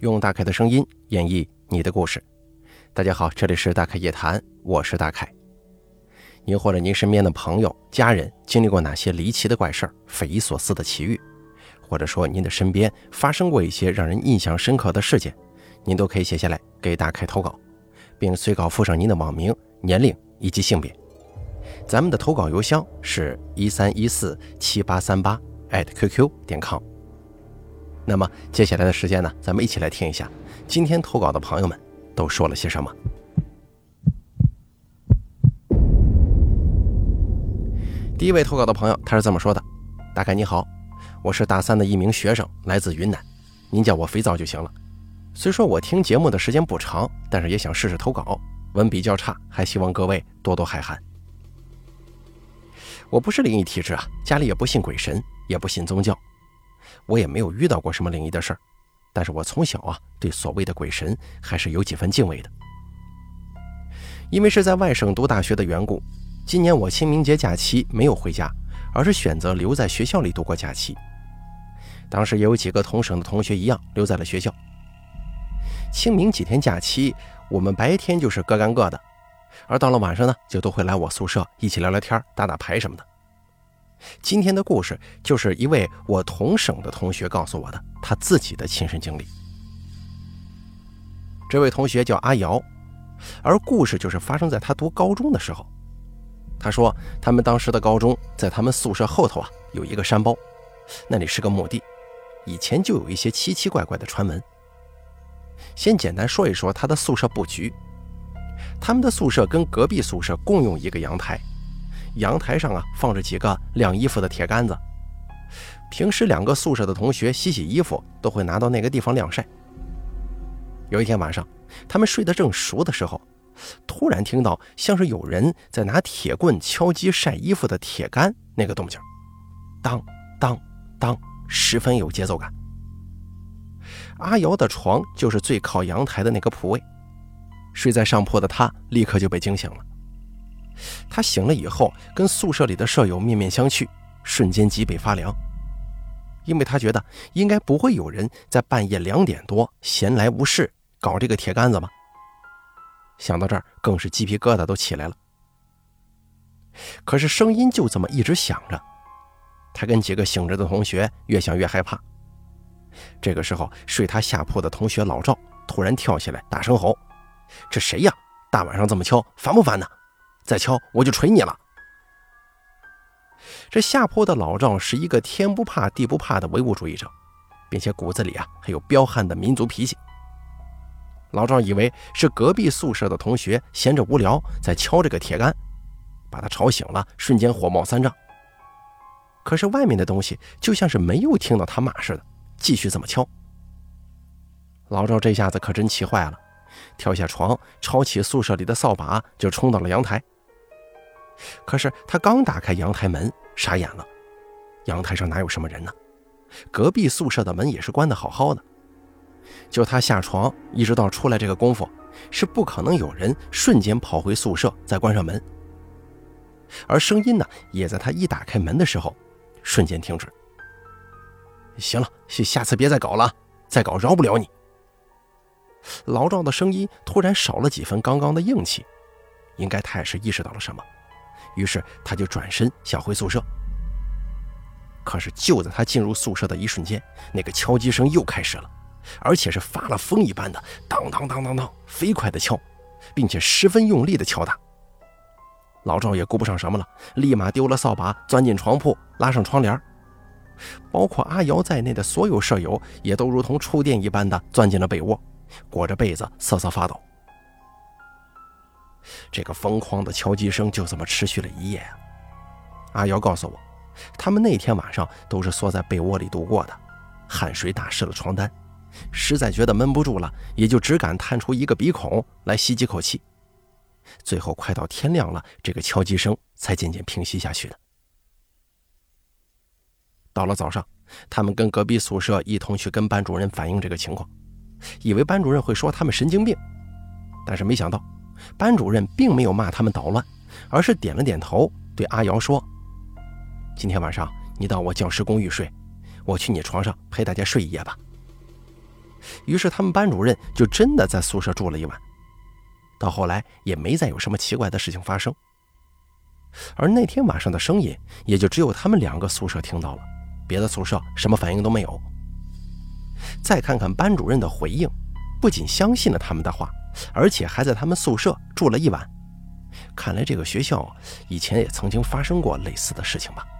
用大凯的声音演绎你的故事。大家好，这里是大凯夜谈，我是大凯。您或者您身边的朋友、家人经历过哪些离奇的怪事儿、匪夷所思的奇遇，或者说您的身边发生过一些让人印象深刻的事件，您都可以写下来给大凯投稿，并随稿附上您的网名、年龄以及性别。咱们的投稿邮箱是13147838@qq.com。那么接下来的时间呢，咱们一起来听一下今天投稿的朋友们都说了些什么。第一位投稿的朋友，他是这么说的：大概你好，我是大三的一名学生，来自云南，您叫我肥皂就行了。虽说我听节目的时间不长，但是也想试试投稿，文笔较差，还希望各位多多海涵。我不是灵异体质啊，家里也不信鬼神，也不信宗教，我也没有遇到过什么灵异的事儿，但是我从小啊对所谓的鬼神还是有几分敬畏的。因为是在外省读大学的缘故，今年我清明节假期没有回家，而是选择留在学校里度过假期。当时也有几个同省的同学一样留在了学校。清明几天假期，我们白天就是各干各的，而到了晚上呢，就都会来我宿舍一起聊聊天、打打牌什么的。今天的故事就是一位我同省的同学告诉我的他自己的亲身经历。这位同学叫阿瑶，而故事就是发生在他读高中的时候。他说他们当时的高中在他们宿舍后头啊有一个山包，那里是个墓地，以前就有一些奇奇怪怪的传闻。先简单说一说他的宿舍布局。他们的宿舍跟隔壁宿舍共用一个阳台，阳台上啊放着几个晾衣服的铁杆子，平时两个宿舍的同学洗衣服都会拿到那个地方晾晒。有一天晚上，他们睡得正熟的时候，突然听到像是有人在拿铁棍敲击晒衣服的铁杆那个动静，当当当，十分有节奏感。阿瑶的床就是最靠阳台的那个铺位，睡在上铺的他立刻就被惊醒了。他醒了以后跟宿舍里的舍友面面相觑，瞬间脊背发凉，因为他觉得应该不会有人在半夜2点多闲来无事搞这个铁杆子吧。想到这儿更是鸡皮疙瘩都起来了。可是声音就这么一直响着，他跟几个醒着的同学越想越害怕。这个时候睡他下铺的同学老赵突然跳起来大声吼：这谁呀，大晚上这么敲，烦不烦呢？再敲我就捶你了。这下铺的老赵是一个天不怕地不怕的唯物主义者，并且骨子里啊还有彪悍的民族脾气。老赵以为是隔壁宿舍的同学闲着无聊在敲这个铁杆，把他吵醒了，瞬间火冒三丈。可是外面的东西就像是没有听到他骂似的，继续这么敲。老赵这下子可真气坏了，跳下床，抄起宿舍里的扫把就冲到了阳台。可是他刚打开阳台门，傻眼了，阳台上哪有什么人呢？隔壁宿舍的门也是关得好好的，就他下床一直到出来这个功夫，是不可能有人瞬间跑回宿舍再关上门。而声音呢，也在他一打开门的时候瞬间停止。行了，下次别再搞了，再搞饶不了你。老赵的声音突然少了几分刚刚的硬气，应该他也是意识到了什么，于是他就转身想回宿舍。可是就在他进入宿舍的一瞬间，那个敲击声又开始了，而且是发了疯一般的当当当当当，飞快的敲，并且十分用力的敲打。老赵也顾不上什么了，立马丢了扫把，钻进床铺，拉上窗帘。包括阿瑶在内的所有舍友也都如同触电一般的钻进了被窝，裹着被子瑟瑟发抖。这个疯狂的敲击声就这么持续了一夜啊。阿瑶告诉我，他们那天晚上都是缩在被窝里度过的，汗水打湿了床单，实在觉得闷不住了，也就只敢探出一个鼻孔来吸几口气。最后快到天亮了，这个敲击声才渐渐平息下去的。到了早上，他们跟隔壁宿舍一同去跟班主任反映这个情况，以为班主任会说他们神经病，但是没想到班主任并没有骂他们捣乱，而是点了点头，对阿瑶说：今天晚上你到我教师公寓睡，我去你床上陪大家睡一夜吧。 于是他们班主任就真的在宿舍住了一晚，到后来也没再有什么奇怪的事情发生。而那天晚上的声音也就只有他们2个宿舍听到了，别的宿舍什么反应都没有。再看看班主任的回应，不仅相信了他们的话，而且还在他们宿舍住了一晚。看来这个学校以前也曾经发生过类似的事情吧。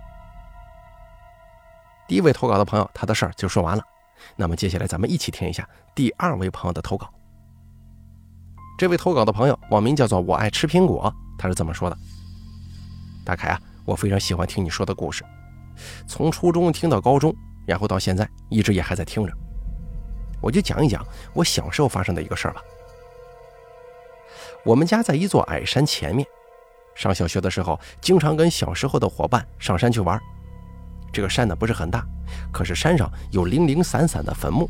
第一位投稿的朋友，他的事儿就说完了。那么接下来咱们一起听一下第2位朋友的投稿。这位投稿的朋友网名叫做我爱吃苹果，他是这么说的：大凯啊，我非常喜欢听你说的故事，从初中听到高中，然后到现在一直也还在听着。我就讲一讲我小时候发生的一个事儿吧。我们家在一座矮山前面，上小学的时候经常跟小时候的伙伴上山去玩。这个山呢不是很大，可是山上有零零散散的坟墓。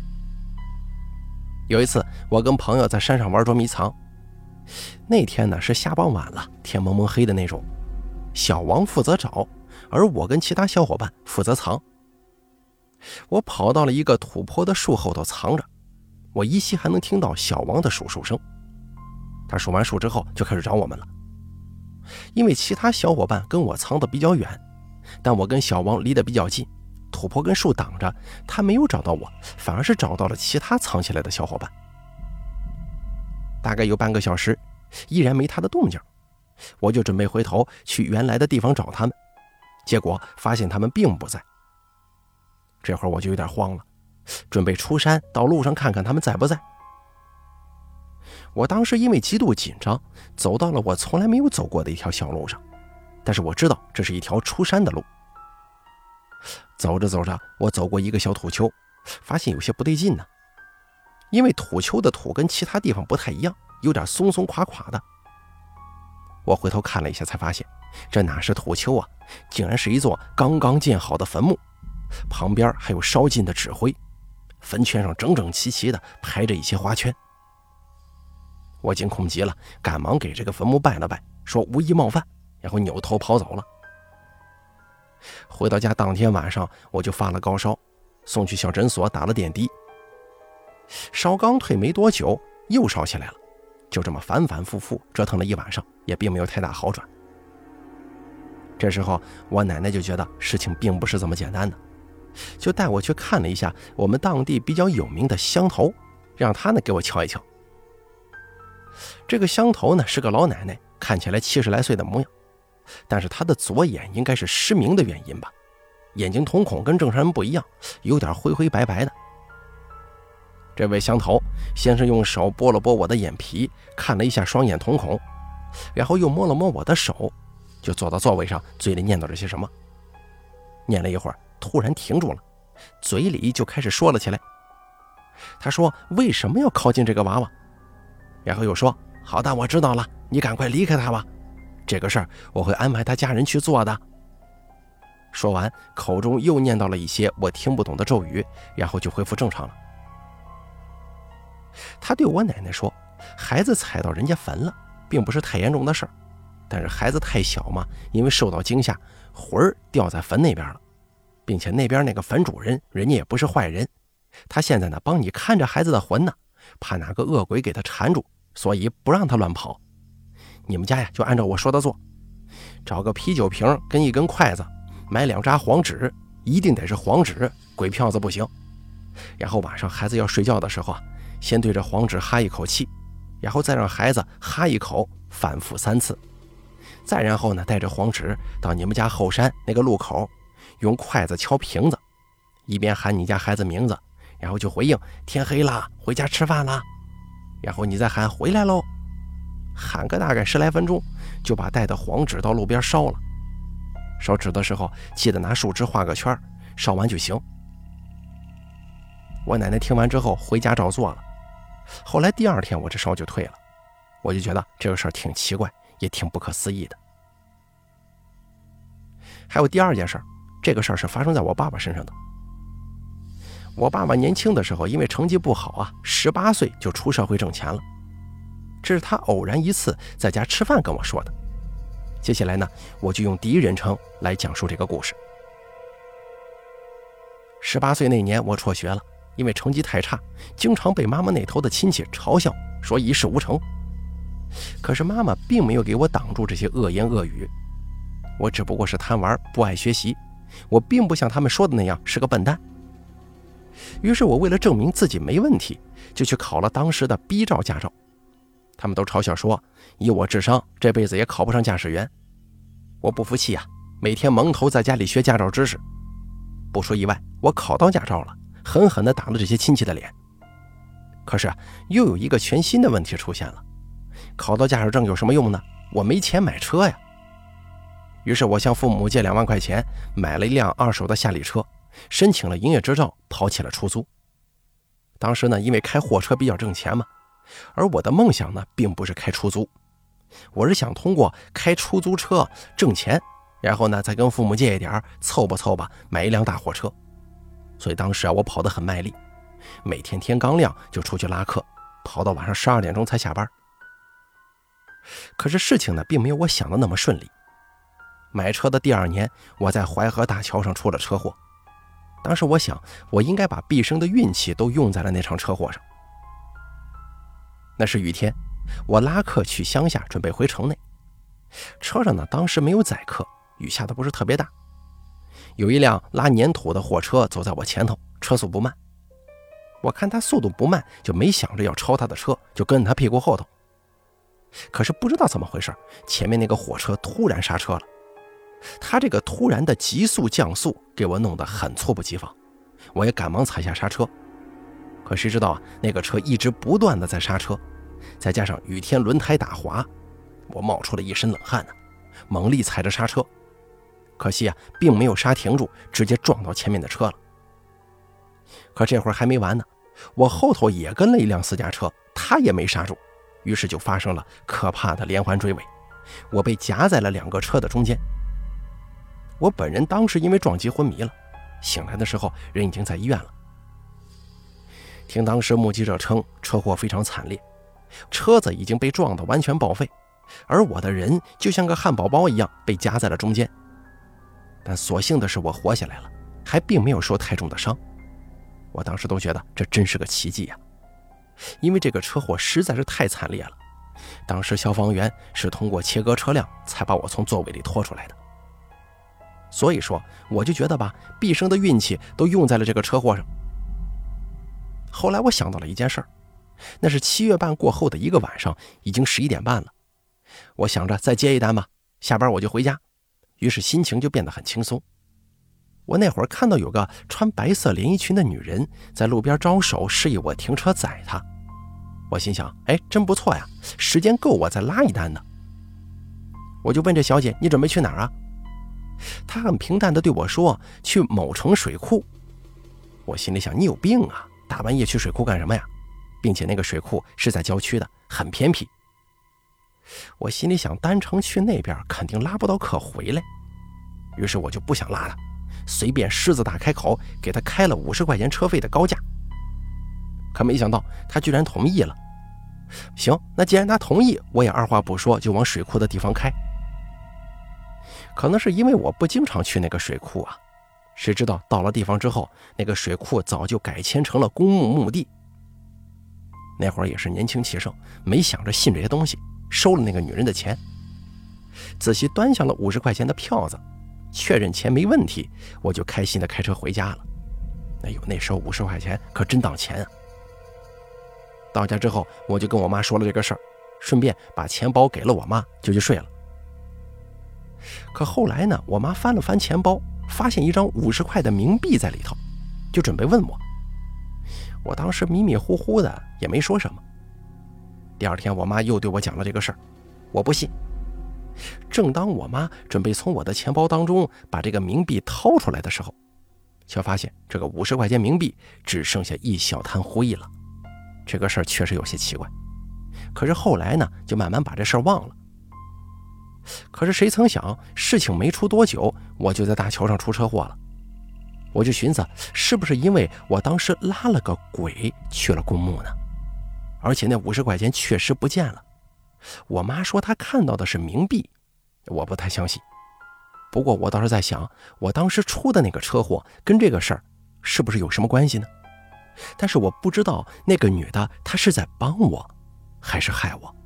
有一次我跟朋友在山上玩捉迷藏，那天呢是下傍晚了，天蒙蒙黑的那种。小王负责找，而我跟其他小伙伴负责藏。我跑到了一个土坡的树后头藏着，我依稀还能听到小王的数数声。他数完数之后就开始找我们了。因为其他小伙伴跟我藏得比较远，但我跟小王离得比较近，土坡跟树挡着，他没有找到我，反而是找到了其他藏起来的小伙伴。大概有半个小时，依然没他的动静，我就准备回头去原来的地方找他们，结果发现他们并不在。这会儿我就有点慌了，准备出山到路上看看他们在不在。我当时因为极度紧张，走到了我从来没有走过的一条小路上，但是我知道这是一条出山的路。走着走着，我走过一个小土丘，发现有些不对劲呢，因为土丘的土跟其他地方不太一样，有点松松垮垮的。我回头看了一下，才发现这哪是土丘啊，竟然是一座刚刚建好的坟墓，旁边还有烧尽的纸灰，坟圈上整整齐齐的排着一些花圈。我惊恐极了，赶忙给这个坟墓拜了拜，说无意冒犯，然后扭头跑走了。回到家当天晚上，我就发了高烧，送去小诊所打了点滴。烧刚退没多久，又烧起来了，就这么反反复复折腾了一晚上，也并没有太大好转。这时候我奶奶就觉得事情并不是这么简单的，就带我去看了一下我们当地比较有名的乡头，让她呢给我瞧一瞧。这个乡头呢是个老奶奶，看起来70来岁的模样，但是她的左眼应该是失明的原因吧，眼睛瞳孔跟正常人不一样，有点灰灰白白的。这位乡头先是用手拨了拨我的眼皮，看了一下双眼瞳孔，然后又摸了摸我的手，就坐到座位上，嘴里念叨着些什么。念了一会儿，突然停住了，嘴里就开始说了起来。他说为什么要靠近这个娃娃，然后又说好的，我知道了，你赶快离开他吧，这个事儿我会安排他家人去做的。说完口中又念叨了一些我听不懂的咒语，然后就恢复正常了。他对我奶奶说，孩子踩到人家坟了，并不是太严重的事儿，但是孩子太小嘛，因为受到惊吓，魂儿掉在坟那边了，并且那边那个坟主人人家也不是坏人，他现在呢帮你看着孩子的魂呢，怕哪个恶鬼给他缠住，所以不让他乱跑。你们家呀就按照我说的做，找个啤酒瓶跟一根筷子，买2扎黄纸，一定得是黄纸，鬼票子不行。然后晚上孩子要睡觉的时候啊，先对着黄纸哈一口气，然后再让孩子哈一口，反复3次。再然后呢，带着黄纸到你们家后山那个路口，用筷子敲瓶子，一边喊你家孩子名字，然后就回应天黑了，回家吃饭了，然后你再喊回来喽，喊个大概10来分钟，就把带的黄纸到路边烧了。烧纸的时候记得拿树枝画个圈，烧完就行。我奶奶听完之后回家照做了，后来第2天我这烧就退了，我就觉得这个事儿挺奇怪，也挺不可思议的。还有第2件事，这个事儿是发生在我爸爸身上的。我爸爸年轻的时候因为成绩不好啊，18岁就出社会挣钱了，这是他偶然一次在家吃饭跟我说的。接下来呢，我就用第1人称来讲述这个故事。18岁那年我辍学了， 因为成绩太差，经常被妈妈那头的亲戚嘲笑，说一事无成。可是妈妈并没有给我挡住这些恶言恶语，我只不过是贪玩，不爱学习，我并不像他们说的那样是个笨蛋。于是我为了证明自己没问题，就去考了当时的 B 照驾照。他们都嘲笑说，以我智商，这辈子也考不上驾驶员。我不服气啊，每天蒙头在家里学驾照知识。不出意外，我考到驾照了，狠狠地打了这些亲戚的脸。可是又有一个全新的问题出现了，考到驾驶证有什么用呢？我没钱买车呀。于是我向父母借2万块钱，买了一辆2手的夏利车，申请了营业执照，跑起了出租。当时呢，因为开货车比较挣钱嘛，而我的梦想呢，并不是开出租，我是想通过开出租车挣钱，然后呢，再跟父母借一点，凑吧，买一辆大货车。所以当时我跑得很卖力，每天天刚亮就出去拉客，跑到晚上12点钟才下班。可是事情呢，并没有我想的那么顺利。买车的第2年，我在淮河大桥上出了车祸。当时我想，我应该把毕生的运气都用在了那场车祸上。那是雨天，我拉客去乡下，准备回城内。车上呢，当时没有载客，雨下的不是特别大。有一辆拉粘土的货车走在我前头，车速不慢。我看他速度不慢，就没想着要超他的车，就跟着他屁股后头。可是不知道怎么回事，前面那个火车突然刹车了。他这个突然的急速降速给我弄得很猝不及防，我也赶忙踩下刹车。可谁知道那个车一直不断的在刹车，再加上雨天轮胎打滑，我冒出了一身冷汗呢，猛力踩着刹车。可惜并没有刹停住，直接撞到前面的车了。可这会儿还没完呢，我后头也跟了一辆私家车，他也没刹住，于是就发生了可怕的连环追尾，我被夹在了2个车的中间。我本人当时因为撞击昏迷了，醒来的时候人已经在医院了。听当时目击者称，车祸非常惨烈，车子已经被撞得完全报废，而我的人就像个汉堡包一样被夹在了中间。但所幸的是我活下来了，还并没有受太重的伤。我当时都觉得这真是个奇迹呀，因为这个车祸实在是太惨烈了。当时消防员是通过切割车辆才把我从座位里拖出来的。所以说我就觉得吧，毕生的运气都用在了这个车祸上。后来我想到了一件事儿，那是7月半过后的一个晚上，已经11点半了。我想着再接一单吧，下班我就回家，于是心情就变得很轻松。我那会儿看到有个穿白色连衣裙的女人在路边招手示意我停车载她，我心想，真不错呀，时间够我再拉一单呢。我就问这小姐，你准备去哪儿啊？她很平淡地对我说，去某城水库。我心里想，你有病啊，大半夜去水库干什么呀？并且那个水库是在郊区的，很偏僻。我心里想，单程去那边肯定拉不到客回来，于是我就不想拉他，随便狮子大开口，给他开了50块钱车费的高价。可没想到他居然同意了。行，那既然他同意，我也二话不说就往水库的地方开。可能是因为我不经常去那个水库啊，谁知道到了地方之后，那个水库早就改迁成了公墓墓地。那会儿也是年轻气盛，没想着信这些东西，收了那个女人的钱，仔细端详了50块钱的票子，确认钱没问题，我就开心的开车回家了。哎呦，那时候50块钱可真当钱啊！到家之后，我就跟我妈说了这个事儿，顺便把钱包给了我妈，就去睡了。可后来呢，我妈翻了翻钱包，发现一张50块的冥币在里头，就准备问我。我当时迷迷糊糊的也没说什么。第2天我妈又对我讲了这个事儿，我不信。正当我妈准备从我的钱包当中把这个冥币掏出来的时候，却发现这个50块钱冥币只剩下一小滩灰了。这个事儿确实有些奇怪，可是后来呢，就慢慢把这事儿忘了。可是谁曾想，事情没出多久，我就在大桥上出车祸了。我就寻思，是不是因为我当时拉了个鬼去了公墓呢？而且那50块钱确实不见了。我妈说她看到的是冥币，我不太相信。不过我倒是在想，我当时出的那个车祸跟这个事儿是不是有什么关系呢？ 但是我不知道那个女的她是在帮我还是害我。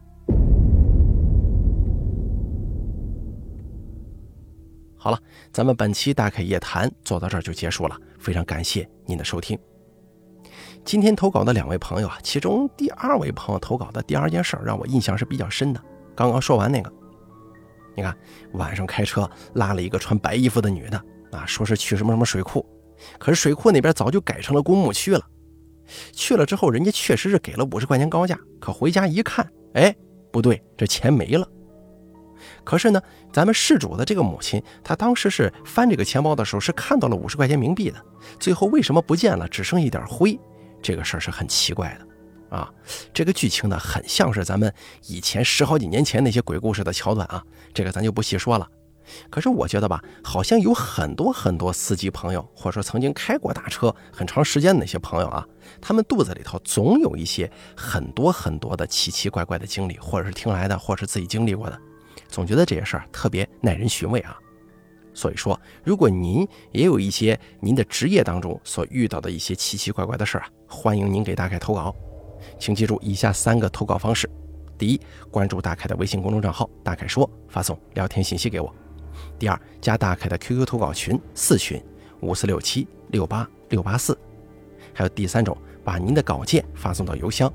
好了，咱们本期大凯夜谈做到这儿就结束了，非常感谢您的收听。今天投稿的2位朋友啊，其中第2位朋友投稿的第2件事让我印象是比较深的。刚刚说完那个，你看晚上开车拉了一个穿白衣服的女的啊，说是去什么什么水库，可是水库那边早就改成了公墓区了。去了之后人家确实是给了50块钱高价，可回家一看，哎，不对，这钱没了。可是呢，咱们事主的这个母亲，她当时是翻这个钱包的时候是看到了50块钱冥币的，最后为什么不见了，只剩一点灰，这个事儿是很奇怪的啊。这个剧情呢，很像是咱们以前10好几年前那些鬼故事的桥段啊，这个咱就不细说了。可是我觉得吧，好像有很多司机朋友，或者说曾经开过大车很长时间的那些朋友啊，他们肚子里头总有一些很多的奇奇怪怪的经历，或者是听来的，或者是自己经历过的，总觉得这些事儿特别耐人寻味啊。所以说，如果您也有一些您的职业当中所遇到的一些奇奇怪怪的事儿啊，欢迎您给大凯投稿。请记住以下3个投稿方式：第一，关注大凯的微信公众账号大凯说，发送聊天信息给我；第二，加大凯的 QQ 投稿群4群5467688684；还有第3种，把您的稿件发送到邮箱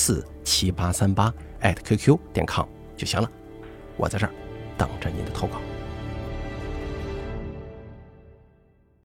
13147838@qq.com 就行了。我在这儿等着您的投稿。